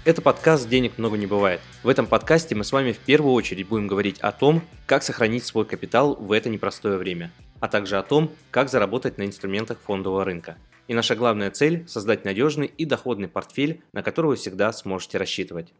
Это подкаст «Денег много не бывает». В этом подкасте мы с вами в первую очередь будем говорить о том, как сохранить свой капитал в это непростое время, а также о том, как заработать на инструментах фондового рынка. И наша главная цель – создать надежный и доходный портфель, на который вы всегда сможете рассчитывать.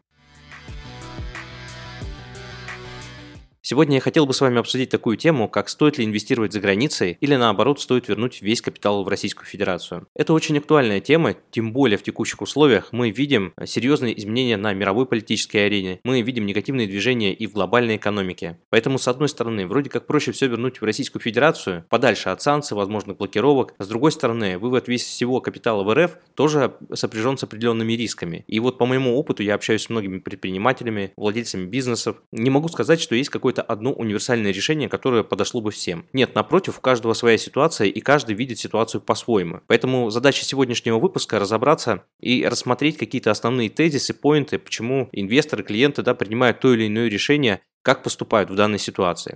Сегодня я хотел бы с вами обсудить такую тему, как стоит ли инвестировать за границей или наоборот стоит вернуть весь капитал в Российскую Федерацию. Это очень актуальная тема, тем более в текущих условиях мы видим серьезные изменения на мировой политической арене, мы видим негативные движения и в глобальной экономике. Поэтому с одной стороны, вроде как проще все вернуть в Российскую Федерацию, подальше от санкций, возможных блокировок, а с другой стороны, вывод всего капитала в РФ тоже сопряжен с определенными рисками. И вот по моему опыту я общаюсь с многими предпринимателями, владельцами бизнесов, не могу сказать, что есть какой-то одно универсальное решение, которое подошло бы всем. Нет, напротив, у каждого своя ситуация, и каждый видит ситуацию по-своему. Поэтому задача сегодняшнего выпуска – разобраться и рассмотреть какие-то основные тезисы, поинты, почему инвесторы, клиенты принимают то или иное решение, как поступают в данной ситуации.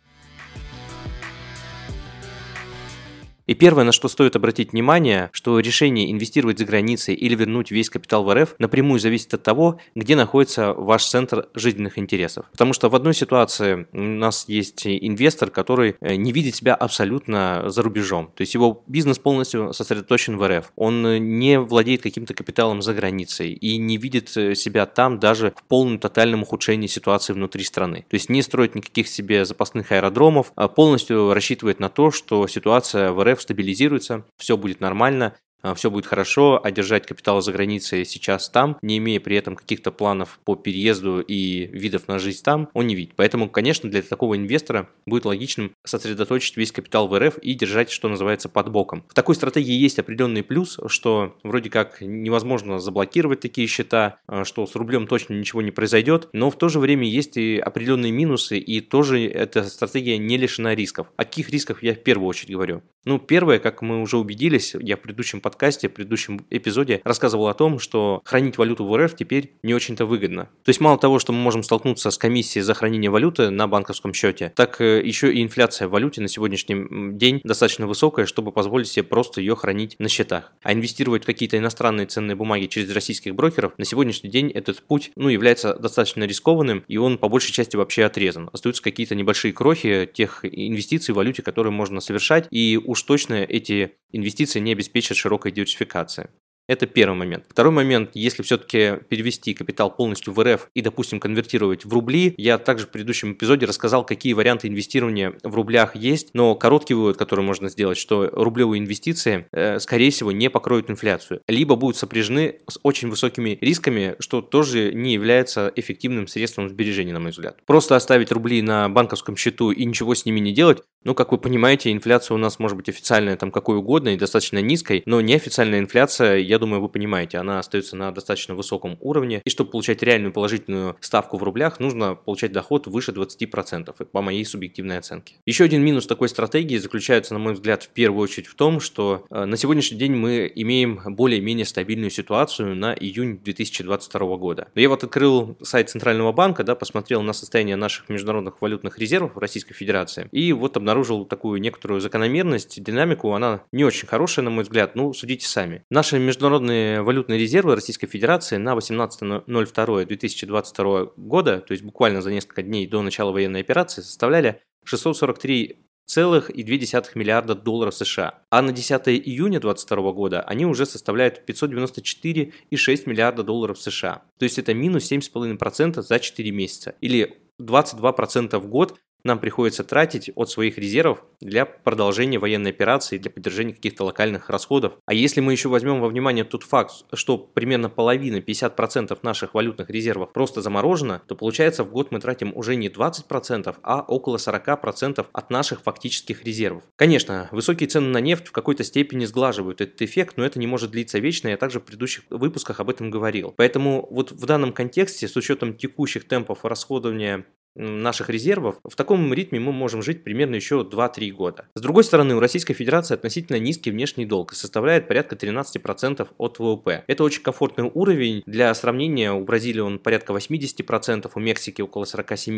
И первое, на что стоит обратить внимание, что решение инвестировать за границей или вернуть весь капитал в РФ напрямую зависит от того, где находится ваш центр жизненных интересов. Потому что в одной ситуации у нас есть инвестор, который не видит себя абсолютно за рубежом. То есть его бизнес полностью сосредоточен в РФ. Он не владеет каким-то капиталом за границей и не видит себя там даже в полном тотальном ухудшении ситуации внутри страны. То есть не строит никаких себе запасных аэродромов, а полностью рассчитывает на то, что ситуация в РФ стабилизируется, все будет нормально, все будет хорошо, а держать капитал за границей сейчас там, не имея при этом каких-то планов по переезду и видов на жизнь там, он не видит. Поэтому, конечно, для такого инвестора будет логичным сосредоточить весь капитал в РФ и держать, что называется, под боком. В такой стратегии есть определенный плюс, что вроде как невозможно заблокировать такие счета, что с рублем точно ничего не произойдет, но в то же время есть и определенные минусы, и тоже эта стратегия не лишена рисков. О каких рисках я в первую очередь говорю? Первое, как мы уже убедились, я в предыдущем подкасте, в предыдущем эпизоде рассказывал о том, что хранить валюту в РФ теперь не очень-то выгодно. То есть мало того, что мы можем столкнуться с комиссией за хранение валюты на банковском счете, так еще и инфляция в валюте на сегодняшний день достаточно высокая, чтобы позволить себе просто ее хранить на счетах. А инвестировать в какие-то иностранные ценные бумаги через российских брокеров на сегодняшний день этот путь является достаточно рискованным, и он по большей части вообще отрезан. Остаются какие-то небольшие крохи тех инвестиций в валюте, которые можно совершать, и уж точно эти инвестиции не обеспечат широкой диверсификации. Это первый момент. Второй момент, если все-таки перевести капитал полностью в РФ и, допустим, конвертировать в рубли, я также в предыдущем эпизоде рассказал, какие варианты инвестирования в рублях есть, но короткий вывод, который можно сделать, что рублевые инвестиции, скорее всего, не покроют инфляцию, либо будут сопряжены с очень высокими рисками, что тоже не является эффективным средством сбережения, на мой взгляд. Просто оставить рубли на банковском счету и ничего с ними не делать, как вы понимаете, инфляция у нас может быть официальная какой угодно и достаточно низкой, но неофициальная инфляция, я думаю, вы понимаете, она остается на достаточно высоком уровне, и чтобы получать реальную положительную ставку в рублях, нужно получать доход выше 20%, это по моей субъективной оценке. Еще один минус такой стратегии заключается, на мой взгляд, в первую очередь в том, что на сегодняшний день мы имеем более-менее стабильную ситуацию на июнь 2022 года. Я открыл сайт Центрального банка, посмотрел на состояние наших международных валютных резервов в Российской Федерации, и обнаружил такую некоторую закономерность, динамику, она не очень хорошая, на мой взгляд, судите сами. Наши международные валютные резервы Российской Федерации на 18.02.2022 года, то есть буквально за несколько дней до начала военной операции, составляли 643,2 миллиарда долларов США, а на 10 июня 2022 года они уже составляют 594,6 миллиарда долларов США. То есть это минус 7,5% за 4 месяца, или 22% в год нам приходится тратить от своих резервов для продолжения военной операции, для поддержания каких-то локальных расходов. А если мы еще возьмем во внимание тот факт, что примерно половина, 50% наших валютных резервов просто заморожено, то получается в год мы тратим уже не 20%, а около 40% от наших фактических резервов. Конечно, высокие цены на нефть в какой-то степени сглаживают этот эффект, но это не может длиться вечно, я также в предыдущих выпусках об этом говорил. Поэтому в данном контексте, с учетом текущих темпов расходования наших резервов, в таком ритме мы можем жить примерно еще 2-3 года. С другой стороны, у Российской Федерации относительно низкий внешний долг и составляет порядка 13% от ВВП. Это очень комфортный уровень. Для сравнения, у Бразилии он порядка 80%, у Мексики около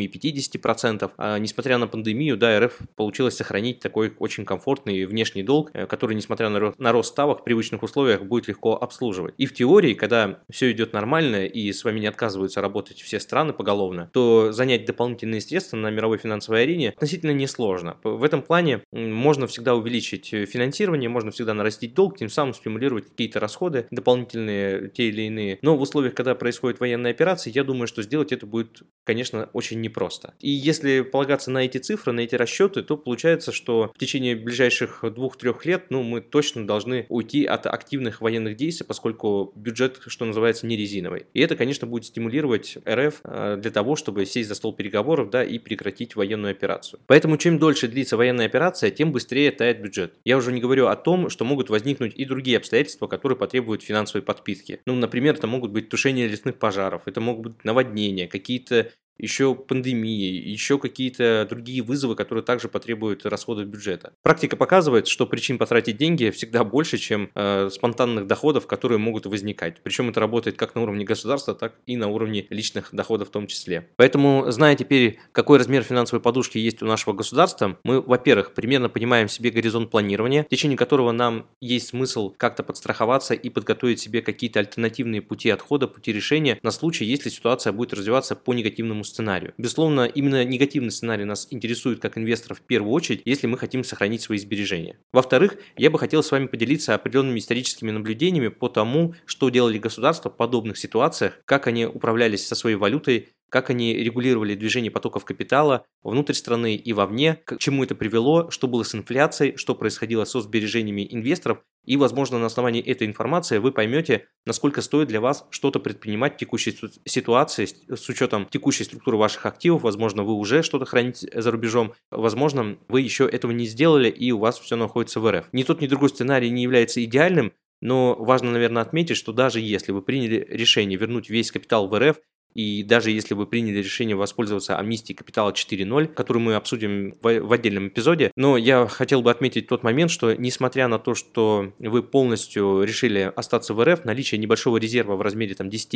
47-50%. А несмотря на пандемию, да, РФ получилось сохранить такой очень комфортный внешний долг, который, несмотря на рост ставок, в привычных условиях будет легко обслуживать. И в теории, когда все идет нормально и с вами не отказываются работать все страны поголовно, то занять дополнительные средства на мировой финансовой арене относительно несложно. В этом плане можно всегда увеличить финансирование, можно всегда нарастить долг, тем самым стимулировать какие-то расходы дополнительные, те или иные. Но в условиях, когда происходит военная операция, я думаю, что сделать это будет, конечно, очень непросто. И если полагаться на эти цифры, на эти расчеты, то получается, что в течение ближайших 2-3 лет мы точно должны уйти от активных военных действий, поскольку бюджет, что называется, не резиновый. И это, конечно, будет стимулировать РФ для того, чтобы сесть за стол переговоров, да, и прекратить военную операцию. Поэтому чем дольше длится военная операция, тем быстрее тает бюджет. Я уже не говорю о том, что могут возникнуть и другие обстоятельства, которые потребуют финансовой подпитки. Например, это могут быть тушение лесных пожаров, это могут быть наводнения, какие-то еще пандемии, еще какие-то другие вызовы, которые также потребуют расходов бюджета. Практика показывает, что причин потратить деньги всегда больше, чем спонтанных доходов, которые могут возникать. Причем это работает как на уровне государства, так и на уровне личных доходов в том числе. Поэтому, зная теперь, какой размер финансовой подушки есть у нашего государства, мы, во-первых, примерно понимаем себе горизонт планирования, в течение которого нам есть смысл как-то подстраховаться и подготовить себе какие-то альтернативные пути отхода, пути решения на случай, если ситуация будет развиваться по негативному сценарию. Безусловно, именно негативный сценарий нас интересует как инвесторов в первую очередь, если мы хотим сохранить свои сбережения. Во-вторых, я бы хотел с вами поделиться определенными историческими наблюдениями по тому, что делали государства в подобных ситуациях, как они управлялись со своей валютой, как они регулировали движение потоков капитала внутрь страны и вовне, к чему это привело, что было с инфляцией, что происходило со сбережениями инвесторов. И, возможно, на основании этой информации вы поймете, насколько стоит для вас что-то предпринимать в текущей ситуации с учетом текущей структуры ваших активов. Возможно, вы уже что-то храните за рубежом. Возможно, вы еще этого не сделали и у вас все находится в РФ. Ни тот, ни другой сценарий не является идеальным, но важно, наверное, отметить, что даже если вы приняли решение вернуть весь капитал в РФ, и даже если вы приняли решение воспользоваться амнистией капитала 4.0, которую мы обсудим в отдельном эпизоде, но я хотел бы отметить тот момент, что несмотря на то, что вы полностью решили остаться в РФ, наличие небольшого резерва в размере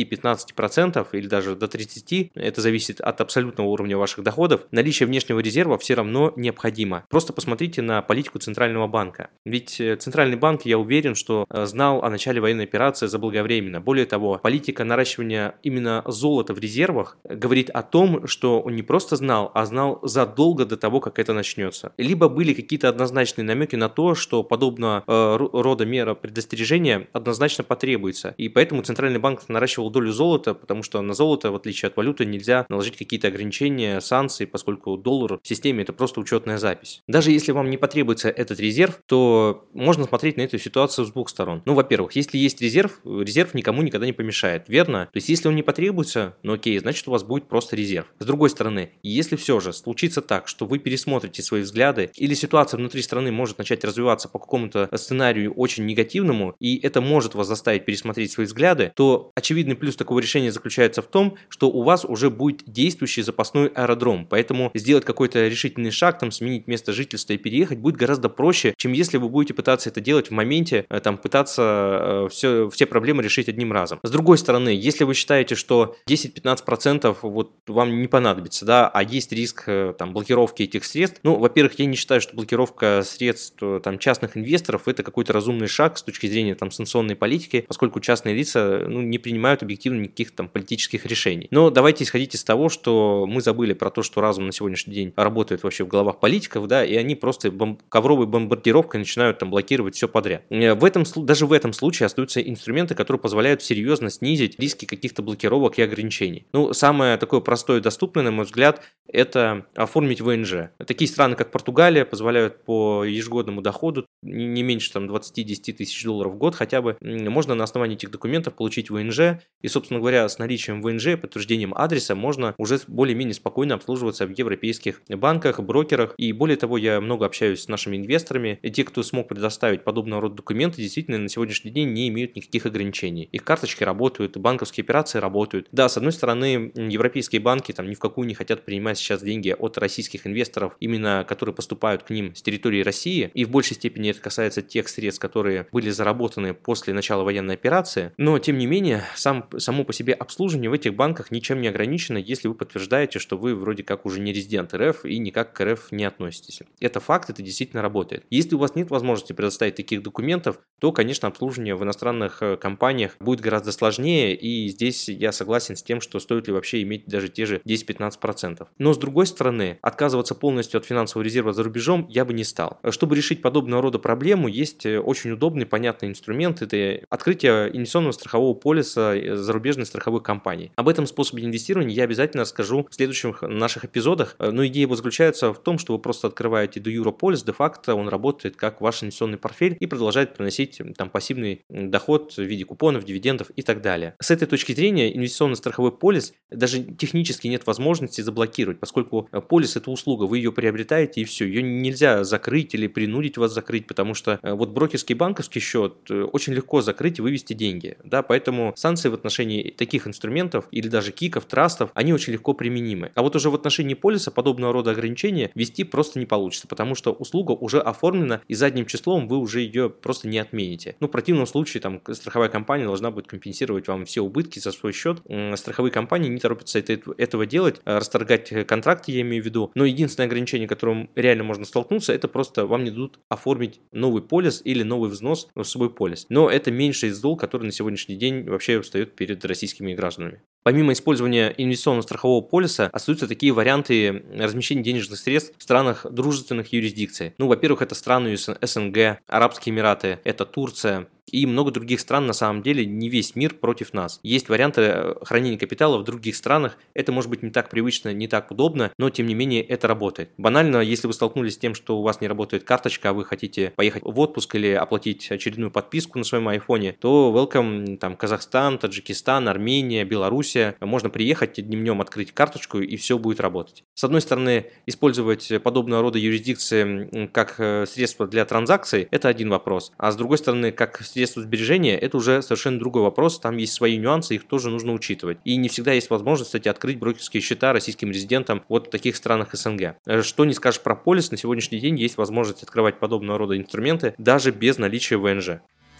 10-15% или даже до 30%, это зависит от абсолютного уровня ваших доходов, наличие внешнего резерва все равно необходимо. Просто посмотрите на политику Центрального банка. Ведь Центральный банк, я уверен, что знал о начале военной операции заблаговременно. Более того, политика наращивания именно золота в резервах говорит о том, что он не просто знал, а знал задолго до того, как это начнется. Либо были какие-то однозначные намеки на то, что подобного рода мера предостережения однозначно потребуется. И поэтому Центральный банк наращивал долю золота, потому что на золото, в отличие от валюты, нельзя наложить какие-то ограничения, санкции, поскольку доллар в системе это просто учетная запись. Даже если вам не потребуется этот резерв, то можно смотреть на эту ситуацию с двух сторон. Во-первых, если есть резерв, резерв никому никогда не помешает, верно? То есть, если он не потребуется, окей, значит у вас будет просто резерв. С другой стороны, если все же случится так, что вы пересмотрите свои взгляды, или ситуация внутри страны может начать развиваться по какому-то сценарию очень негативному, и это может вас заставить пересмотреть свои взгляды, то очевидный плюс такого решения заключается в том, что у вас уже будет действующий запасной аэродром, поэтому сделать какой-то решительный шаг, сменить место жительства и переехать будет гораздо проще, чем если вы будете пытаться это делать в моменте, пытаться все проблемы решить одним разом. С другой стороны, если вы считаете, что 10-15% вам не понадобится, да, а есть риск блокировки этих средств. Во-первых, я не считаю, что блокировка средств частных инвесторов это какой-то разумный шаг с точки зрения санкционной политики, поскольку частные лица не принимают объективно никаких политических решений. Но давайте исходить из того, что мы забыли про то, что разум на сегодняшний день работает вообще в головах политиков, да, и они просто ковровой бомбардировкой начинают блокировать все подряд. Даже в этом случае остаются инструменты, которые позволяют серьезно снизить риски каких-то блокировок и ограничений. Самое такое простое и доступное, на мой взгляд, это оформить ВНЖ. Такие страны, как Португалия, позволяют по ежегодному доходу не меньше 20-10 тысяч долларов в год хотя бы. Можно на основании этих документов получить ВНЖ. И, собственно говоря, с наличием ВНЖ, подтверждением адреса, можно уже более-менее спокойно обслуживаться в европейских банках, брокерах. И более того, я много общаюсь с нашими инвесторами. И те, кто смог предоставить подобного рода документы, действительно на сегодняшний день не имеют никаких ограничений. Их карточки работают, банковские операции работают. Да, с одной стороны, европейские банки ни в какую не хотят принимать принимать сейчас деньги от российских инвесторов, именно которые поступают к ним с территории России, и в большей степени это касается тех средств, которые были заработаны после начала военной операции, но тем не менее само по себе обслуживание в этих банках ничем не ограничено, если вы подтверждаете, что вы вроде как уже не резидент РФ и никак к РФ не относитесь. Это факт, это действительно работает. Если у вас нет возможности предоставить таких документов, то, конечно, обслуживание в иностранных компаниях будет гораздо сложнее, и здесь я согласен с тем, что стоит ли вообще иметь даже те же 10-15%. Но с другой стороны, отказываться полностью от финансового резерва за рубежом я бы не стал. Чтобы решить подобного рода проблему, есть очень удобный, понятный инструмент – это открытие инвестиционного страхового полиса зарубежной страховой компании. Об этом способе инвестирования я обязательно расскажу в следующих наших эпизодах, но идея его заключается в том, что вы просто открываете де юре полис, де-факто он работает как ваш инвестиционный портфель и продолжает приносить там пассивный доход в виде купонов, дивидендов и так далее. С этой точки зрения инвестиционный страховой полис даже технически нет возможности заблокировать, поскольку полис – это услуга, вы ее приобретаете и все, ее нельзя закрыть или принудить вас закрыть, потому что вот брокерский банковский счет очень легко закрыть и вывести деньги, да, поэтому санкции в отношении таких инструментов или даже киков, трастов, они очень легко применимы. А вот уже в отношении полиса подобного рода ограничения ввести просто не получится, потому что услуга уже оформлена и задним числом вы уже ее просто не отмените. Ну, в противном случае там страховая компания должна будет компенсировать вам все убытки за свой счет. Страховые компании не торопятся этого делать, расторгать контракты, я имею в виду. Но единственное ограничение, которым реально можно столкнуться, это просто вам не дадут оформить новый полис или новый взнос в свой полис. Но это меньший из зол, который на сегодняшний день вообще встает перед российскими гражданами. Помимо использования инвестиционного страхового полиса, остаются такие варианты размещения денежных средств в странах дружественных юрисдикций. Ну, во-первых, это страны СНГ, Арабские Эмираты, это Турция и много других стран, на самом деле, не весь мир против нас. Есть варианты хранения капитала в других странах, это может быть не так привычно, не так удобно, но тем не менее это работает. Банально, если вы столкнулись с тем, что у вас не работает карточка, а вы хотите поехать в отпуск или оплатить очередную подписку на своем айфоне, то welcome, там, Казахстан, Таджикистан, Армения, Беларусь, можно приехать одним днем, открыть карточку и все будет работать. С одной стороны, использовать подобного рода юрисдикции как средство для транзакций – это один вопрос, а с другой стороны, как средство сбережения – это уже совершенно другой вопрос, там есть свои нюансы, их тоже нужно учитывать. И не всегда есть возможность, кстати, открыть брокерские счета российским резидентам вот в таких странах СНГ. Что не скажешь про полис, на сегодняшний день есть возможность открывать подобного рода инструменты даже без наличия ВНЖ.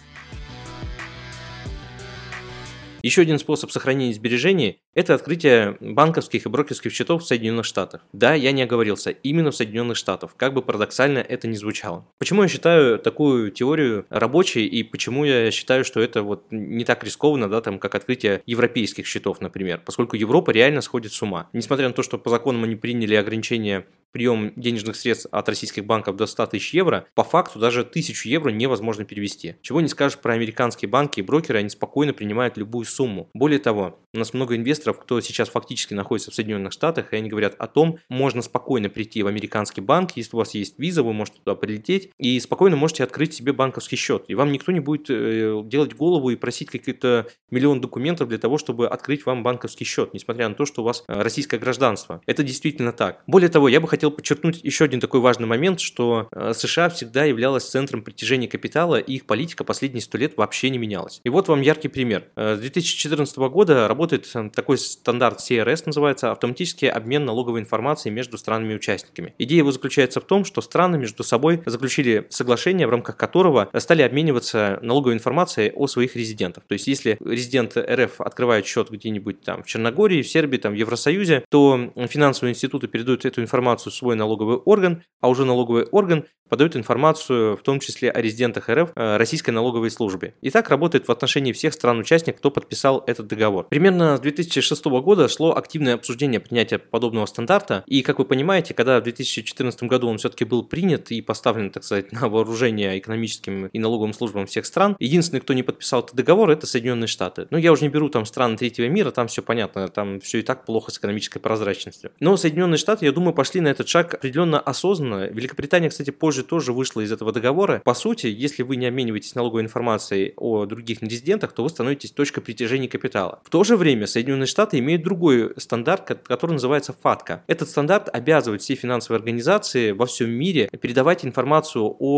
Еще один способ сохранения сбережений – это открытие банковских и брокерских счетов в Соединенных Штатах. Да, я не оговорился, именно в Соединенных Штатах, как бы парадоксально это ни звучало. Почему я считаю такую теорию рабочей и почему я считаю, что это вот не так рискованно, да, там, как открытие европейских счетов, например, поскольку Европа реально сходит с ума. Несмотря на то, что по законам они приняли ограничение прием денежных средств от российских банков до 100 тысяч евро, по факту даже 1000 евро невозможно перевести. Чего не скажешь про американские банки и брокеры, они спокойно принимают любую сумму. Более того, у нас много инвесторов, кто сейчас фактически находится в Соединенных Штатах, и они говорят о том, можно спокойно прийти в американский банк, если у вас есть виза, вы можете туда прилететь, и спокойно можете открыть себе банковский счет. И вам никто не будет делать голову и просить какие-то миллион документов для того, чтобы открыть вам банковский счет, несмотря на то, что у вас российское гражданство. Это действительно так. Более того, я бы хотел подчеркнуть еще один такой важный момент, что США всегда являлась центром притяжения капитала, и их политика последние 100 лет вообще не менялась. И вот вам яркий пример. С 2014 года работает такой стандарт CRS, называется автоматический обмен налоговой информацией между странами-участниками. Идея его заключается в том, что страны между собой заключили соглашение, в рамках которого стали обмениваться налоговой информацией о своих резидентах. То есть, если резидент РФ открывает счет где-нибудь там в Черногории, в Сербии, там в Евросоюзе, то финансовые институты передают эту информацию в свой налоговый орган, а уже налоговый орган подает информацию, в том числе о резидентах РФ, российской налоговой службе. И так работает в отношении всех стран-участников, кто подписал этот договор. Примерно с 2006 года шло активное обсуждение принятия подобного стандарта, и, как вы понимаете, когда в 2014 году он все-таки был принят и поставлен, так сказать, на вооружение экономическим и налоговым службам всех стран, единственный, кто не подписал этот договор, это Соединенные Штаты. Ну, я уже не беру там страны третьего мира, там все понятно, там все и так плохо с экономической прозрачностью. Но Соединенные Штаты, я думаю, пошли на этот шаг определенно осознанно. Великобритания, кстати, позже тоже вышла из этого договора. По сути, если вы не обмениваетесь налоговой информацией о других нерезидентах, то вы становитесь точкой притяжения капитала. В то же время Соединенные Штаты имеют другой стандарт, который называется FATCA. Этот стандарт обязывает все финансовые организации во всем мире передавать информацию о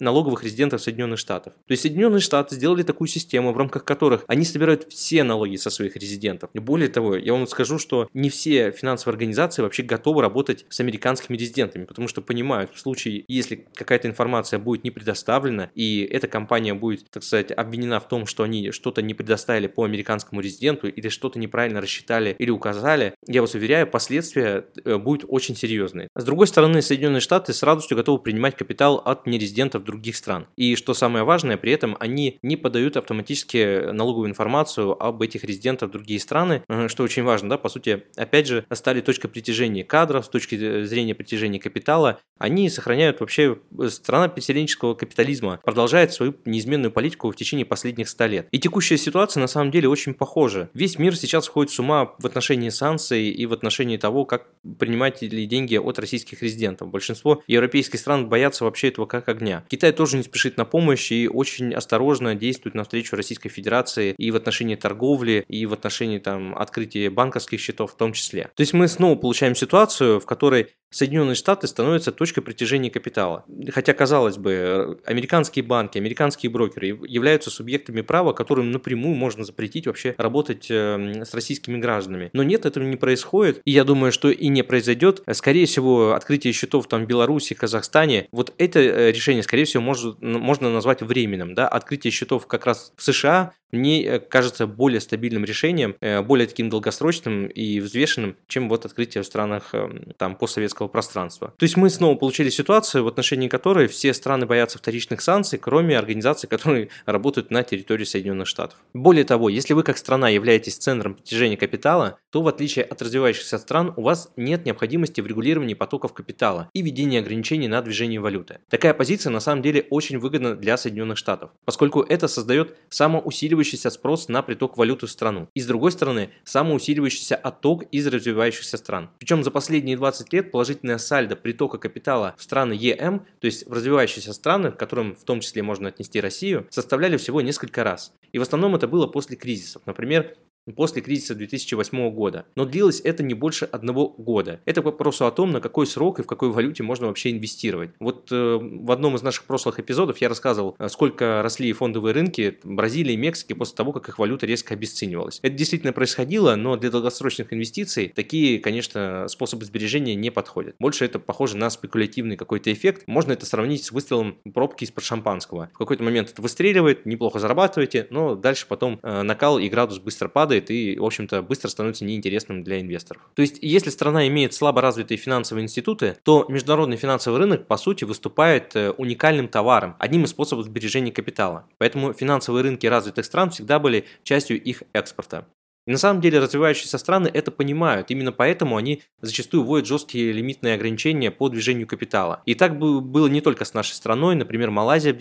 налоговых резидентов Соединенных Штатов. То есть Соединенные Штаты сделали такую систему, в рамках которых они собирают все налоги со своих резидентов. И более того, я вам скажу, что не все финансовые организации вообще готовы работать с американскими резидентами, потому что понимают, в случае, если какая-то информация будет не предоставлена, и эта компания будет, так сказать, обвинена в том, что они что-то не предоставили по американскому резиденту или что-то неправильно рассчитали или указали, я вас уверяю, последствия будут очень серьезные. С другой стороны, Соединенные Штаты с радостью готовы принимать капитал от нерезидентов других стран. И что самое важное, при этом они не подают автоматически налоговую информацию об этих резидентах в другие страны, что очень важно, да, по сути, опять же, стали точкой притяжения кадров, с точки зрения притяжения капитала, они сохраняют вообще, страна переселенческого капитализма продолжает свою неизменную политику в течение последних 100 лет. И текущая ситуация на самом деле очень похожа. Весь мир сейчас сходит с ума в отношении санкций и в отношении того, как принимать ли деньги от российских резидентов. Большинство европейских стран боятся вообще этого как огня. Китай тоже не спешит на помощь и очень осторожно действует навстречу Российской Федерации и в отношении торговли, и в отношении открытия банковских счетов в том числе. То есть мы снова получаем ситуацию, в которой Соединенные Штаты становятся точкой притяжения капитала. Хотя, казалось бы, американские банки, американские брокеры являются субъектами права, которым напрямую можно запретить вообще работать с российскими гражданами. Но нет, этого не происходит. И я думаю, что и не произойдет. Скорее всего, открытие счетов в Беларуси, Казахстане, вот это решение, скорее всего, можно назвать временным. Да? Открытие счетов как раз в США мне кажется более стабильным решением, более таким долгосрочным и взвешенным, чем вот открытие в странах постсоветского пространства. То есть мы снова получили ситуацию, в отношении которой все страны боятся вторичных санкций, кроме организаций, которые работают на территории Соединенных Штатов. Более того, если вы как страна являетесь центром притяжения капитала, то в отличие от развивающихся стран, у вас нет необходимости в регулировании потоков капитала и введении ограничений на движение валюты. Такая позиция на самом деле очень выгодна для Соединенных Штатов, поскольку это создает самоусиливающийся спрос на приток валюты в страну. И с другой стороны, самоусиливающийся отток из развивающихся стран. Причем за последние 20 лет положительное сальдо притока капитала в страны ЕМ, то есть в развивающиеся страны, к которым в том числе можно отнести Россию, составляли всего несколько раз. И в основном это было после кризисов. Например, после кризиса 2008 года. Но длилось это не больше 1 года. Это к вопросу о том, на какой срок и в какой валюте можно вообще инвестировать. Вот в одном из наших прошлых эпизодов я рассказывал, сколько росли фондовые рынки Бразилии и Мексики после того, как их валюта резко обесценивалась. Это действительно происходило, но для долгосрочных инвестиций такие, конечно, способы сбережения не подходят. Больше это похоже на спекулятивный какой-то эффект. Можно это сравнить с выстрелом пробки из-под шампанского. В какой-то момент это выстреливает, неплохо зарабатываете, но дальше потом накал и градус быстро падает и, в общем-то, быстро становится неинтересным для инвесторов. То есть, если страна имеет слабо развитые финансовые институты, то международный финансовый рынок, по сути, выступает уникальным товаром, одним из способов сбережения капитала. Поэтому финансовые рынки развитых стран всегда были частью их экспорта. И на самом деле развивающиеся страны это понимают, именно поэтому они зачастую вводят жесткие лимитные ограничения по движению капитала. И так было не только с нашей страной, например, Малайзия в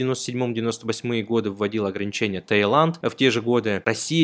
97-98 годы вводила ограничения, Таиланд в те же годы, Россия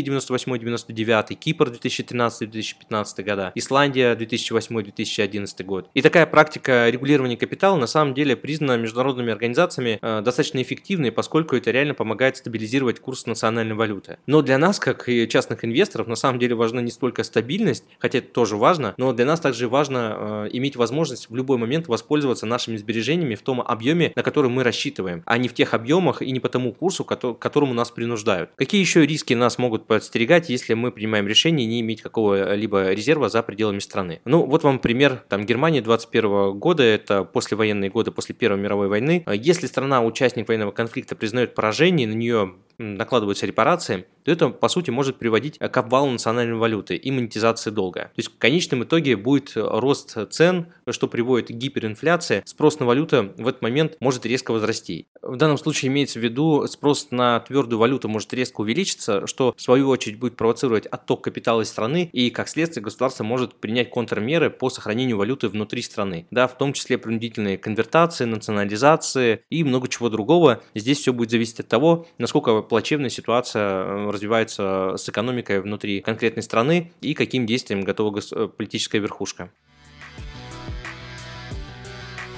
98-99, Кипр 2013-2015 года, Исландия 2008-2011 год. И такая практика регулирования капитала на самом деле признана международными организациями достаточно эффективной, поскольку это реально помогает стабилизировать курс национальной валюты. Но для нас, как и частных инвесторов, на самом деле важна не столько стабильность, хотя это тоже важно, но для нас также важно иметь возможность в любой момент воспользоваться нашими сбережениями в том объеме, на который мы рассчитываем, а не в тех объемах и не по тому курсу, к которому нас принуждают. Какие еще риски нас могут подстерегать, если мы принимаем решение не иметь какого-либо резерва за пределами страны? Ну, вот вам пример, Германия 21 года, это послевоенные годы, после Первой мировой войны. Если страна, участник военного конфликта, признает поражение, на нее накладываются репарации, то это, по сути, может приводить к обвалу национальной валюты и монетизации долга. То есть в конечном итоге будет рост цен, что приводит к гиперинфляции. Спрос на валюту в этот момент может резко возрасти. В данном случае имеется в виду, спрос на твердую валюту может резко увеличиться, что в свою очередь будет провоцировать отток капитала из страны, и как следствие государство может принять контрмеры по сохранению валюты внутри страны. Да, в том числе принудительные конвертации, национализации и много чего другого. Здесь все будет зависеть от того, насколько плачевная ситуация развивается с экономикой внутри конкретной страны и каким действиям готова политическая верхушка.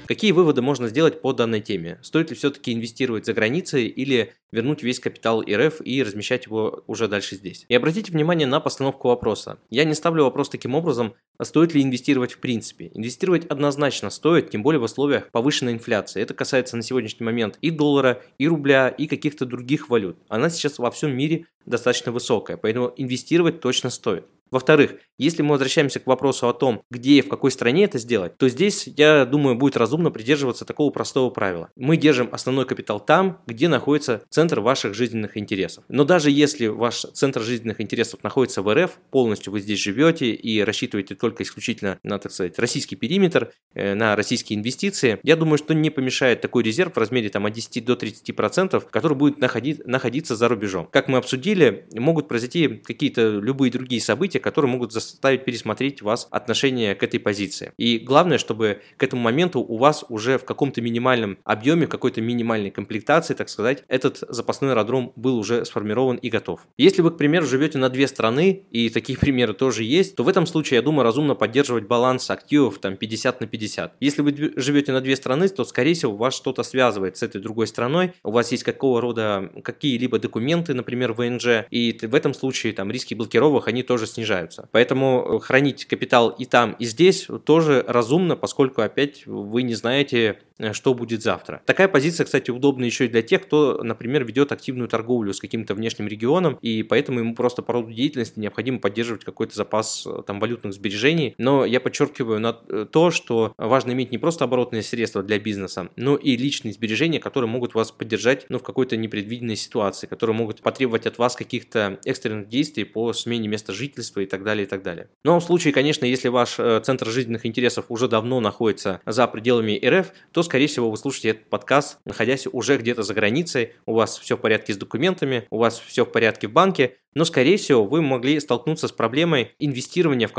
Какие выводы можно сделать по данной теме? Стоит ли все-таки инвестировать за границей или вернуть весь капитал РФ и размещать его уже дальше здесь? И обратите внимание на постановку вопроса. Я не ставлю вопрос таким образом, а стоит ли инвестировать в принципе. Инвестировать однозначно стоит, тем более в условиях повышенной инфляции. Это касается на сегодняшний момент и доллара, и рубля, и каких-то других валют. Она сейчас во всем мире достаточно высокая, поэтому инвестировать точно стоит. Во-вторых, если мы возвращаемся к вопросу о том, где и в какой стране это сделать, то здесь, я думаю, будет разумно придерживаться такого простого правила. Мы держим основной капитал там, где находится центр ваших жизненных интересов. Но даже если ваш центр жизненных интересов находится в РФ, полностью вы здесь живете и рассчитываете только исключительно на, так сказать, российский периметр, на российские инвестиции, я думаю, что не помешает такой резерв в размере от 10 до 30%, который будет находиться за рубежом. Как мы обсудили, могут произойти какие-то любые другие события, которые могут заставить пересмотреть вас отношение к этой позиции. И главное, чтобы к этому моменту у вас уже в каком-то минимальном объеме, какой-то минимальной комплектации, так сказать, этот запасной аэродром был уже сформирован и готов. Если вы, к примеру, живете на две страны, и такие примеры тоже есть, то в этом случае, я думаю, разумно поддерживать баланс активов 50 на 50. Если вы живете на две страны, то, скорее всего, вас что-то связывает с этой другой страной, у вас есть какие-либо документы, например, ВНЖ, и в этом случае риски блокировок, они тоже снижаются. Поэтому хранить капитал и там, и здесь тоже разумно, поскольку опять вы не знаете, что будет завтра. Такая позиция, кстати, удобна еще и для тех, кто, например, ведет активную торговлю с каким-то внешним регионом, и поэтому ему просто по роду деятельности необходимо поддерживать какой-то запас валютных сбережений. Но я подчеркиваю на то, что важно иметь не просто оборотные средства для бизнеса, но и личные сбережения, которые могут вас поддержать в какой-то непредвиденной ситуации, которые могут потребовать от вас каких-то экстренных действий по смене места жительства и так далее, и так далее. Но в случае, конечно, если ваш центр жизненных интересов уже давно находится за пределами РФ, то, скорее всего, вы слушаете этот подкаст, находясь уже где-то за границей, у вас все в порядке с документами, у вас все в порядке в банке, но, скорее всего, вы могли столкнуться с проблемой инвестирования в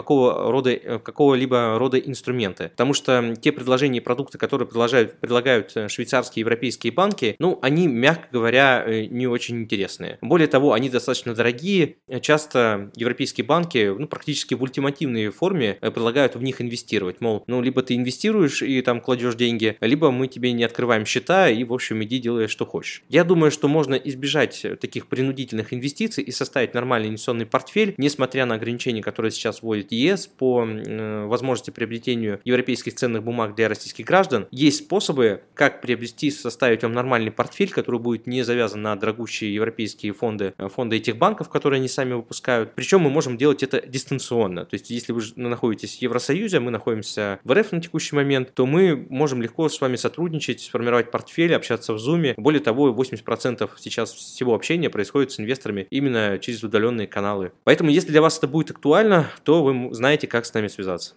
какого-либо рода инструменты. Потому что те предложения и продукты, которые предлагают швейцарские и европейские банки, они, мягко говоря, не очень интересные. Более того, они достаточно дорогие. Часто европейские банки практически в ультимативной форме предлагают в них инвестировать. Мол, либо ты инвестируешь и кладешь деньги, либо мы тебе не открываем счета и, в общем, иди делай, что хочешь. Я думаю, что можно избежать таких принудительных инвестиций и составить нормальный инвестиционный портфель, несмотря на ограничения, которые сейчас вводит ЕС по возможности приобретения европейских ценных бумаг для российских граждан. Есть способы, как приобрести, составить вам нормальный портфель, который будет не завязан на дорогущие европейские фонды этих банков, которые они сами выпускают. Причем мы можем делать это дистанционно. То есть, если вы находитесь в Евросоюзе, мы находимся в РФ на текущий момент, то мы можем легко с вами сотрудничать, сформировать портфель, общаться в Zoom. Более того, 80% сейчас всего общения происходит с инвесторами именно через удаленные каналы. Поэтому, если для вас это будет актуально, то вы знаете, как с нами связаться.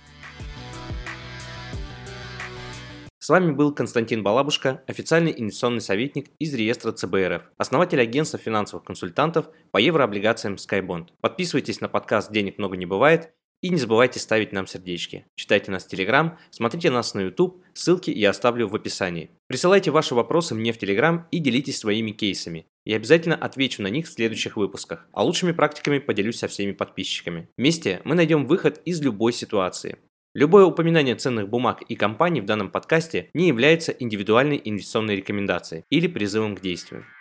С вами был Константин Балабушка, официальный инвестиционный советник из реестра ЦБ РФ, основатель агентства финансовых консультантов по еврооблигациям SkyBond. Подписывайтесь на подкаст «Денег много не бывает» и не забывайте ставить нам сердечки. Читайте нас в Telegram, смотрите нас на YouTube, ссылки я оставлю в описании. Присылайте ваши вопросы мне в Telegram и делитесь своими кейсами. Я обязательно отвечу на них в следующих выпусках, а лучшими практиками поделюсь со всеми подписчиками. Вместе мы найдем выход из любой ситуации. Любое упоминание ценных бумаг и компаний в данном подкасте не является индивидуальной инвестиционной рекомендацией или призывом к действию.